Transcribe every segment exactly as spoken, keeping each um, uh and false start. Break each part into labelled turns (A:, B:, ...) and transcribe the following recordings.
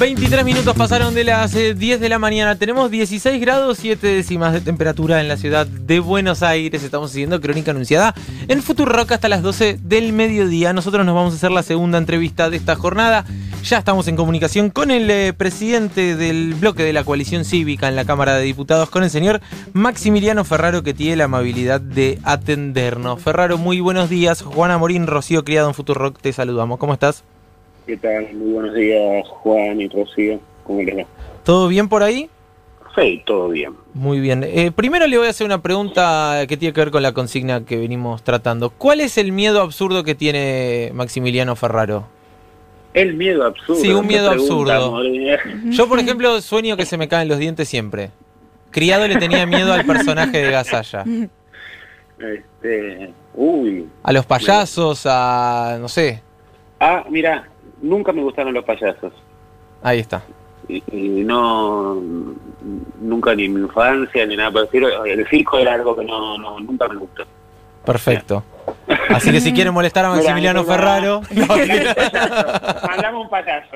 A: veintitrés minutos pasaron de las eh, diez de la mañana. Tenemos dieciséis grados siete décimas de temperatura en la ciudad de Buenos Aires. Estamos siguiendo Crónica Anunciada en Futurock hasta las doce del mediodía. Nosotros nos vamos a hacer la segunda entrevista de esta jornada. Ya estamos en comunicación con el eh, presidente del bloque de la coalición cívica en la Cámara de Diputados, con el señor Maximiliano Ferraro, que tiene la amabilidad de atendernos. Ferraro, muy buenos días. Juana Morín, Rocío Criado en Futurock, te saludamos. ¿Cómo estás?
B: ¿Qué tal? Muy buenos días, Juan y Rocío. ¿Cómo les va?
A: ¿Todo bien por ahí?
B: Sí, todo bien.
A: Muy bien. Eh, primero le voy a hacer una pregunta que tiene que ver con la consigna que venimos tratando. ¿Cuál es el miedo absurdo que tiene Maximiliano Ferraro?
B: El miedo absurdo.
A: Sí, un miedo
B: pregunta,
A: absurdo.
B: Morir.
A: Yo, por ejemplo, sueño que se me caen los dientes siempre. Criado le tenía miedo al personaje de Gasalla.
B: Este, uy.
A: A los payasos, a... no sé.
B: Ah, mira, nunca me gustaron los payasos.
A: Ahí está.
B: Y, y no, nunca ni en mi infancia ni nada por decirlo. El circo era algo que no, no nunca me gustó.
A: Perfecto. Así que si quieren molestar a Maximiliano
B: Mira,
A: Ferraro... No,
B: mandamos un payaso.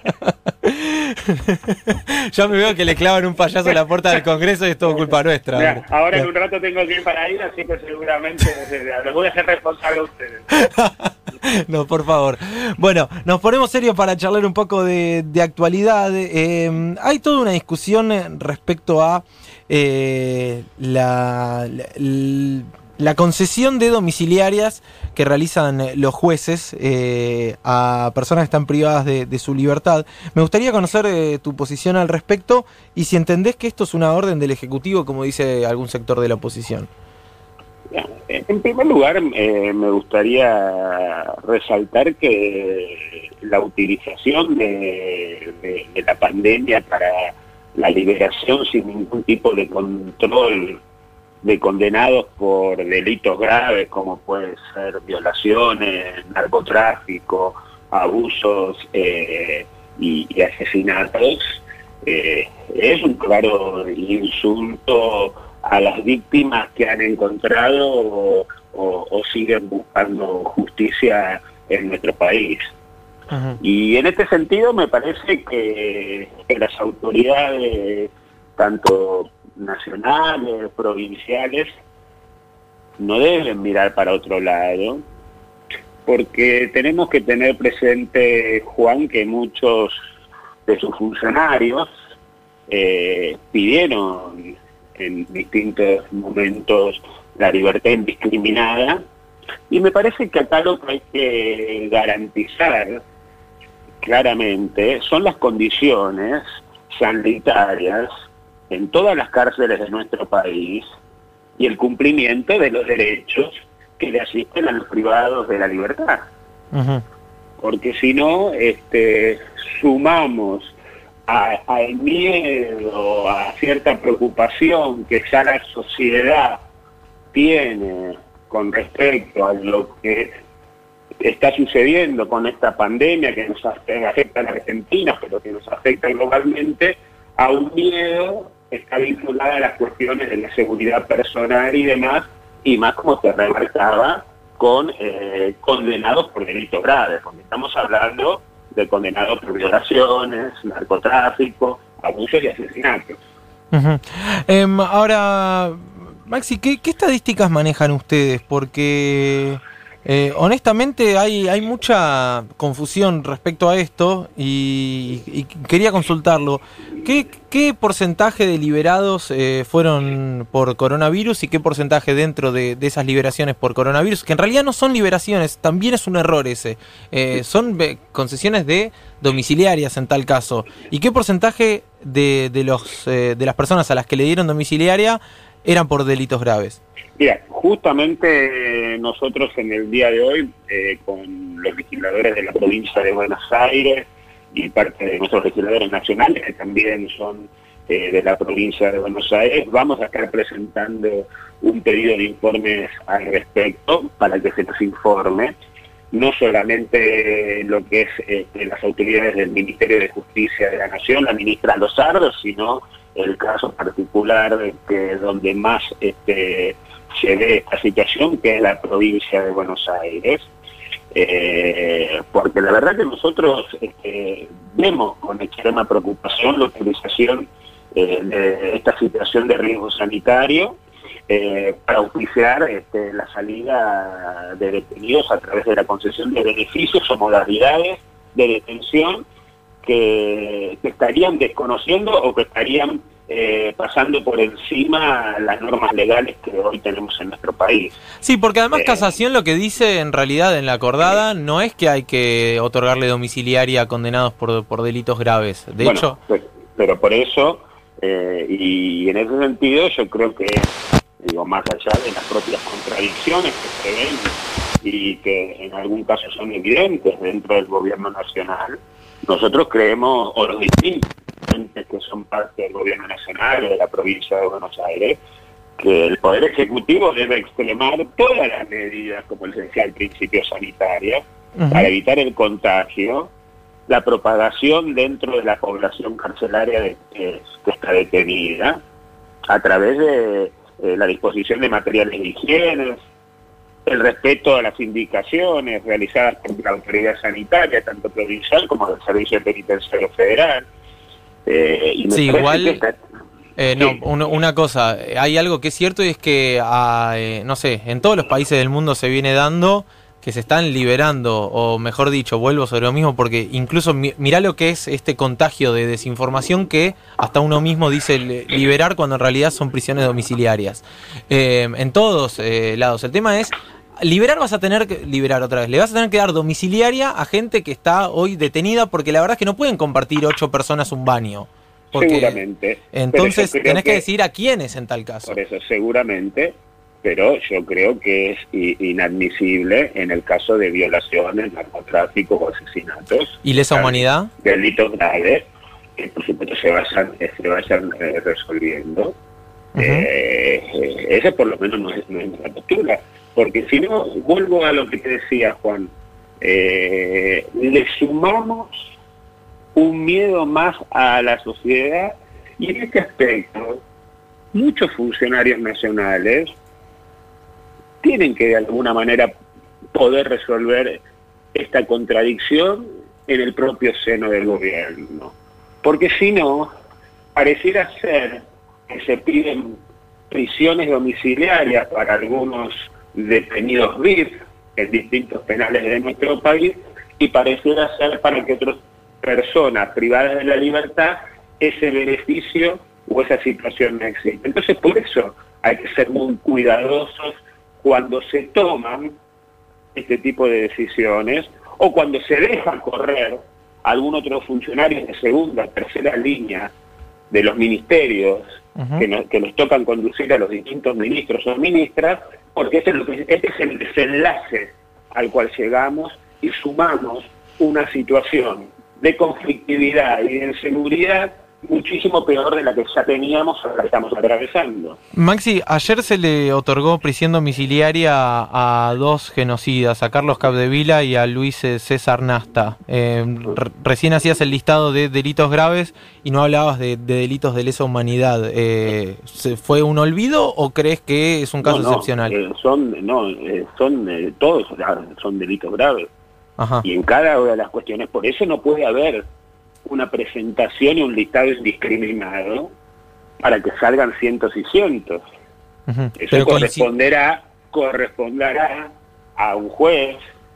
A: ya me veo que le clavan un payaso a la puerta del Congreso y es todo culpa nuestra.
B: Mira, ahora en un rato tengo que ir para ir, así que seguramente los voy a hacer responsable a ustedes.
A: No, por favor. Bueno, nos ponemos serios para charlar un poco de, de actualidad. Eh, hay toda una discusión respecto a eh, la, la, la concesión de domiciliarias que realizan los jueces eh, a personas que están privadas de, de su libertad. Me gustaría conocer eh, tu posición al respecto y si entendés que esto es una orden del Ejecutivo, como dice algún sector de la oposición.
B: En primer lugar, eh, me gustaría resaltar que la utilización de, de, de la pandemia para la liberación sin ningún tipo de control de condenados por delitos graves como puede ser violaciones, narcotráfico, abusos eh, y, y asesinatos, eh, es un claro insulto a las víctimas que han encontrado o, o, o siguen buscando justicia en nuestro país. Uh-huh. Y en este sentido me parece que, que las autoridades, tanto nacionales, provinciales, no deben mirar para otro lado, porque tenemos que tener presente, Juan, que muchos de sus funcionarios eh, pidieron en distintos momentos la libertad indiscriminada, y me parece que acá lo que hay que garantizar claramente son las condiciones sanitarias en todas las cárceles de nuestro país y el cumplimiento de los derechos que le asisten a los privados de la libertad. Uh-huh. Porque si no, este, sumamos al miedo, a cierta preocupación que ya la sociedad tiene con respecto a lo que está sucediendo con esta pandemia que nos afecta a la Argentina, pero que nos afecta globalmente, a un miedo está vinculada a las cuestiones de la seguridad personal y demás, y más como se remarcaba con eh, condenados por delitos graves, porque estamos hablando de condenados por violaciones, narcotráfico, abusos y asesinatos.
A: Uh-huh. Eh, ahora, Maxi, ¿qué, ¿qué estadísticas manejan ustedes? Porque eh, honestamente hay, hay mucha confusión respecto a esto y, y quería consultarlo. ¿Qué, qué porcentaje de liberados eh, fueron por coronavirus y qué porcentaje dentro de, de esas liberaciones por coronavirus? Que en realidad no son liberaciones, también es un error ese. Eh, son concesiones de domiciliarias en tal caso. ¿Y qué porcentaje de, de, los, eh, de las personas a las que le dieron domiciliaria eran por delitos graves?
B: Mira, justamente nosotros en el día de hoy, eh, con los legisladores de la provincia de Buenos Aires y parte de nuestros legisladores nacionales, que también son eh, de la provincia de Buenos Aires, vamos a estar presentando un pedido de informes al respecto para que se nos informe, no solamente lo que es este, las autoridades del Ministerio de Justicia de la Nación, la ministra Lozardo, sino el caso particular de que donde más este, se ve esta situación, que es la provincia de Buenos Aires. Eh, porque la verdad que nosotros este, vemos con extrema preocupación la utilización eh, de esta situación de riesgo sanitario eh, para auspiciar este, la salida de detenidos a través de la concesión de beneficios o modalidades de detención que, que estarían desconociendo o que estarían Eh, pasando por encima las normas legales que hoy tenemos en nuestro país.
A: Sí, porque además
B: eh,
A: Casación lo que dice en realidad en la acordada no es que hay que otorgarle domiciliaria a condenados por, por delitos graves. De
B: bueno,
A: hecho...
B: pues, pero por eso, eh, y en ese sentido yo creo que, digo, más allá de las propias contradicciones que se ven y que en algún caso son evidentes dentro del gobierno nacional, nosotros creemos, o los distintos que son parte del gobierno nacional o de la provincia de Buenos Aires, que el Poder Ejecutivo debe extremar todas las medidas, como les decía al principio, sanitarias, uh-huh. para evitar el contagio, la propagación dentro de la población carcelaria de, que, que está detenida, a través de eh, la disposición de materiales de higiene, el respeto a las indicaciones realizadas por la autoridad sanitaria, tanto provincial como del Servicio Penitenciario Federal. Eh, y me
A: sí, igual,
B: esta...
A: eh, no, sí. una, una cosa, hay algo que es cierto y es que, a, eh, no sé, en todos los países del mundo se viene dando que se están liberando, o mejor dicho, vuelvo sobre lo mismo, porque incluso mi, mirá lo que es este contagio de desinformación que hasta uno mismo dice liberar cuando en realidad son prisiones domiciliarias. Eh, en todos eh, lados. El tema es... Liberar vas a tener que, liberar otra vez, le vas a tener que dar domiciliaria a gente que está hoy detenida porque la verdad es que no pueden compartir ocho personas un baño. Porque,
B: seguramente.
A: Entonces tenés que, que decir a quiénes en tal caso.
B: Por eso seguramente, pero yo creo que es inadmisible en el caso de violaciones, narcotráfico o asesinatos.
A: ¿Y lesa humanidad?
B: Delitos graves, que por supuesto se vayan, se vayan eh, resolviendo. Uh-huh. eh, esa por lo menos no es, no es nuestra postura. Porque si no, vuelvo a lo que te decía, Juan, eh, le sumamos un miedo más a la sociedad y en este aspecto muchos funcionarios nacionales tienen que de alguna manera poder resolver esta contradicción en el propio seno del gobierno. Porque si no, pareciera ser que se piden prisiones domiciliarias para algunos detenidos V I P en distintos penales de nuestro país y pareciera ser para que otras personas privadas de la libertad ese beneficio o esa situación no existe. Entonces por eso hay que ser muy cuidadosos cuando se toman este tipo de decisiones o cuando se dejan correr algún otro funcionario de segunda, tercera línea de los ministerios uh-huh. que, no, que les tocan conducir a los distintos ministros o ministras, porque este es, lo que, este es el desenlace al cual llegamos y sumamos una situación de conflictividad y de inseguridad muchísimo peor de la que ya teníamos o la que estamos atravesando.
A: Maxi, ayer se le otorgó prisión domiciliaria a, a dos genocidas, a Carlos Capdevila y a Luis César Nasta. Eh, re, recién hacías el listado de delitos graves y no hablabas de, de delitos de lesa humanidad. Eh, ¿Fue un olvido o crees que es un caso
B: no, no,
A: excepcional?
B: Eh, son, no, eh, son eh, todos son delitos graves.
A: Ajá.
B: Y en cada una de las cuestiones, por eso no puede haber una presentación y un listado indiscriminado para que salgan cientos y cientos. Uh-huh. Eso Pero corresponderá, corresponderá a un juez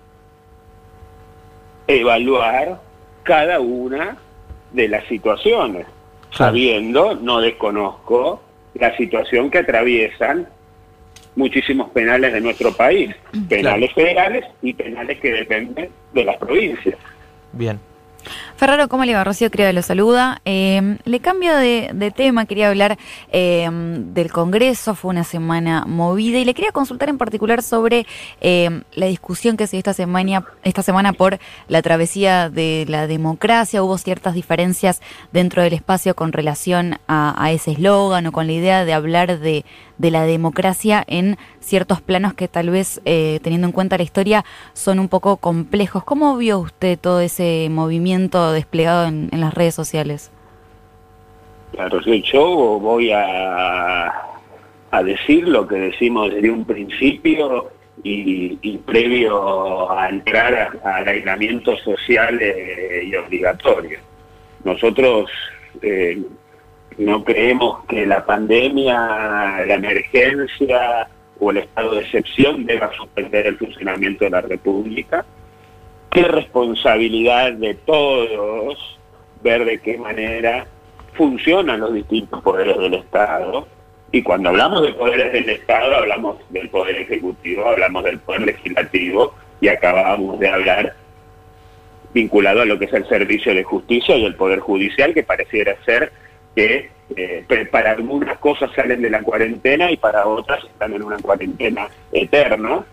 B: evaluar cada una de las situaciones, claro. sabiendo, no desconozco, la situación que atraviesan muchísimos penales de nuestro país, penales claro. federales y penales que dependen de las provincias.
A: Bien.
C: Ferraro, ¿cómo le va? Rocío Creo lo saluda. Eh, le cambio de, de tema, quería hablar eh, del Congreso, fue una semana movida y le quería consultar en particular sobre eh, la discusión que se dio esta semana, esta semana por la travesía de la democracia. Hubo ciertas diferencias dentro del espacio con relación a, a ese eslogan o con la idea de hablar de, de la democracia en ciertos planos que tal vez, eh, teniendo en cuenta la historia, son un poco complejos. ¿Cómo vio usted todo ese movimiento desplegado en, en las redes sociales?
B: Claro, yo voy a, a decir lo que decimos desde un principio y, y previo a entrar al aislamiento social eh, y obligatorio. Nosotros eh, no creemos que la pandemia, la emergencia o el estado de excepción deba suspender el funcionamiento de la República. Qué responsabilidad de todos ver de qué manera funcionan los distintos poderes del Estado. Y cuando hablamos de poderes del Estado, hablamos del Poder Ejecutivo, hablamos del Poder Legislativo, y acabamos de hablar vinculado a lo que es el Servicio de Justicia y el Poder Judicial, que pareciera ser que eh, para algunas cosas salen de la cuarentena y para otras están en una cuarentena eterna.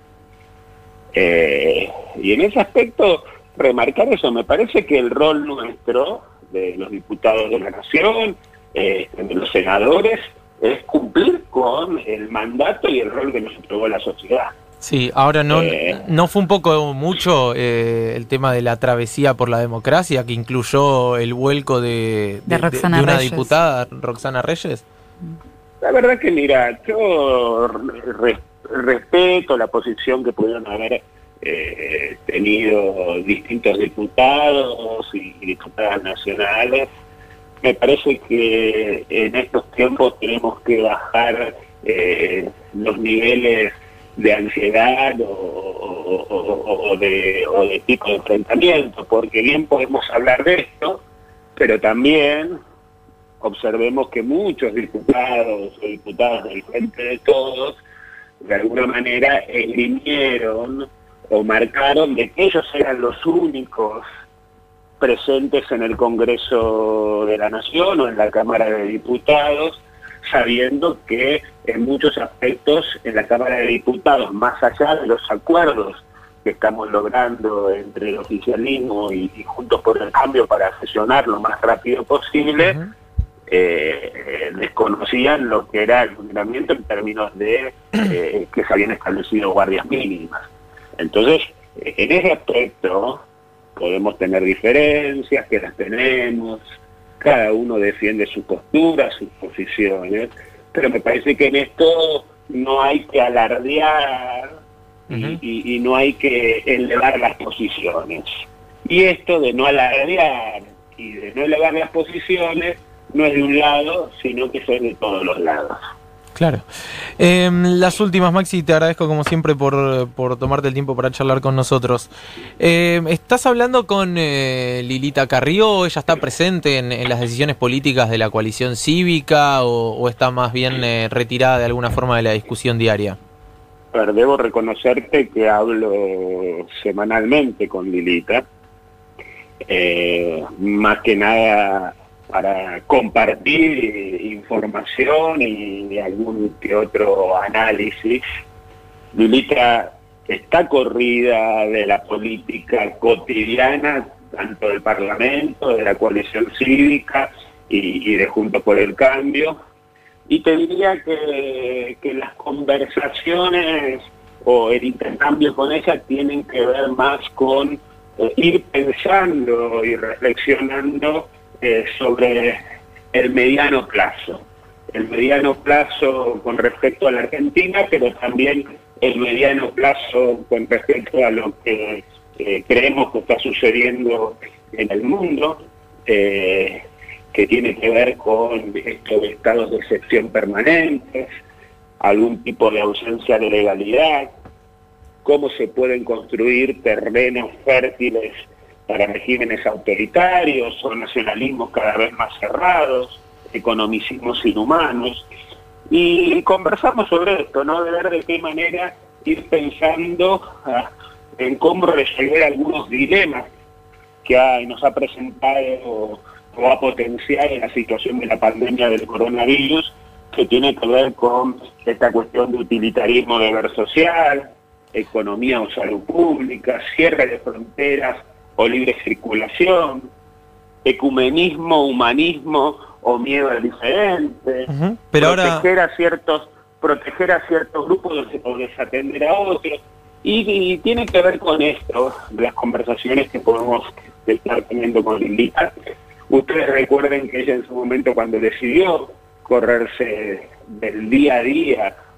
B: Eh, y en ese aspecto, remarcar eso, me parece que el rol nuestro, de los diputados de la Nación, eh, de los senadores, es cumplir con el mandato y el rol que nos entregó la sociedad.
A: Sí, ahora no,
B: eh,
A: no fue un poco mucho eh, el tema de la travesía por la democracia, que incluyó el vuelco de,
C: de,
A: de,
C: de,
A: de una
C: Reyes.
A: diputada, Roxana Reyes.
B: La verdad que, mira, yo re, respeto la posición que pudieron haber eh, tenido distintos diputados y, y diputadas nacionales. Me parece que en estos tiempos tenemos que bajar eh, los niveles de ansiedad o, o, o, o, de, o de tipo de enfrentamiento, porque bien podemos hablar de esto, pero también observemos que muchos diputados o diputadas del Frente de Todos de alguna manera esgrimieron o marcaron de que ellos eran los únicos presentes en el Congreso de la Nación o en la Cámara de Diputados, sabiendo que en muchos aspectos en la Cámara de Diputados, más allá de los acuerdos que estamos logrando entre el oficialismo y, y Juntos por el Cambio para sesionar lo más rápido posible, uh-huh. eh, desconocían lo que era el funcionamiento en términos de eh, que se habían establecido guardias mínimas. Entonces, en ese aspecto podemos tener diferencias, que las tenemos, cada uno defiende su postura, sus posiciones, pero me parece que en esto no hay que alardear uh-huh. y, y, y no hay que elevar las posiciones. Y esto de no alardear y de no elevar las posiciones no es de un lado, sino que es de todos los lados.
A: Claro. Eh, las últimas, Maxi, te agradezco como siempre por, por tomarte el tiempo para charlar con nosotros. Eh, ¿Estás hablando con eh, Lilita Carrió? ¿Ella está presente en, en las decisiones políticas de la coalición cívica o, o está más bien eh, retirada de alguna forma de la discusión diaria?
B: A ver, debo reconocerte que hablo semanalmente con Lilita, eh, más que nada para compartir información y algún que otro análisis. Lilita está corrida de la política cotidiana, tanto del Parlamento, de la coalición cívica y, y de Juntos por el Cambio. Y te diría que, que las conversaciones o el intercambio con ella tienen que ver más con eh, ir pensando y reflexionando Eh, sobre el mediano plazo, el mediano plazo con respecto a la Argentina, pero también el mediano plazo con respecto a lo que eh, creemos que está sucediendo en el mundo, eh, que tiene que ver con estos estados de excepción permanentes, algún tipo de ausencia de legalidad, cómo se pueden construir terrenos fértiles para regímenes autoritarios o nacionalismos cada vez más cerrados, economicismos inhumanos, y conversamos sobre esto, ¿no? De ver de qué manera ir pensando ah, en cómo resolver algunos dilemas que hay, nos ha presentado o, o ha potenciado la situación de la pandemia del coronavirus, que tiene que ver con esta cuestión de utilitarismo deber social, economía o salud pública, cierre de fronteras o libre circulación, ecumenismo, humanismo o miedo al diferente,
A: uh-huh. Pero
B: proteger
A: ahora...
B: a ciertos proteger a ciertos grupos o desatender a otros, y, y tiene que ver con esto, las conversaciones que podemos estar teniendo con Lilita. Ustedes recuerden que ella en su momento, cuando decidió correrse del día a día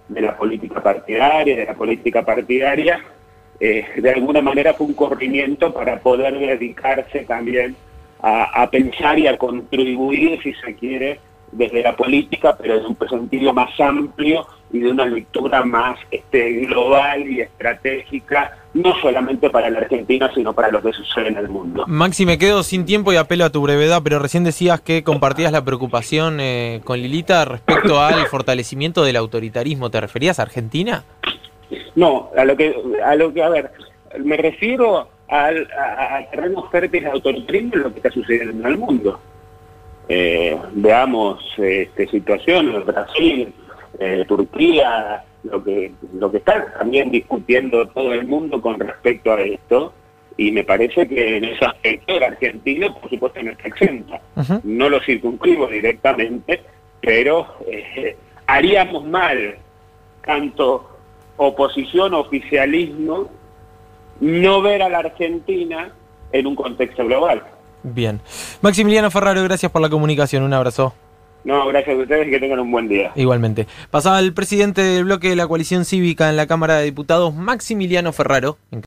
B: de la política partidaria, de la política partidaria, eh, de alguna manera fue un corrimiento para poder dedicarse también a, a pensar y a contribuir, si se quiere, desde la política, pero desde un sentido más amplio y de una lectura más este, global y estratégica, no solamente para la Argentina, sino para lo que sucede en el mundo.
A: Maxi, me quedo sin tiempo y apelo a tu brevedad, pero recién decías que compartías la preocupación eh, con Lilita respecto al fortalecimiento del autoritarismo. ¿Te referías a Argentina?
B: No, a lo que, a lo que, a ver, me refiero al, a, a terrenos fértiles de autoritarismo en lo que está sucediendo en el mundo. Eh, veamos este, situaciones en Brasil, eh, Turquía, lo que lo que está también discutiendo todo el mundo con respecto a esto, y me parece que en ese aspecto la Argentina, por supuesto, no está exenta. Uh-huh. No lo circunscribo directamente, pero eh, haríamos mal, tanto oposición, oficialismo, no ver a la Argentina en un contexto global.
A: Bien. Maximiliano Ferraro, gracias por la comunicación. Un abrazo.
B: No, gracias a ustedes y que tengan un buen día.
A: Igualmente. Pasaba el presidente del bloque de la coalición cívica en la Cámara de Diputados, Maximiliano Ferraro.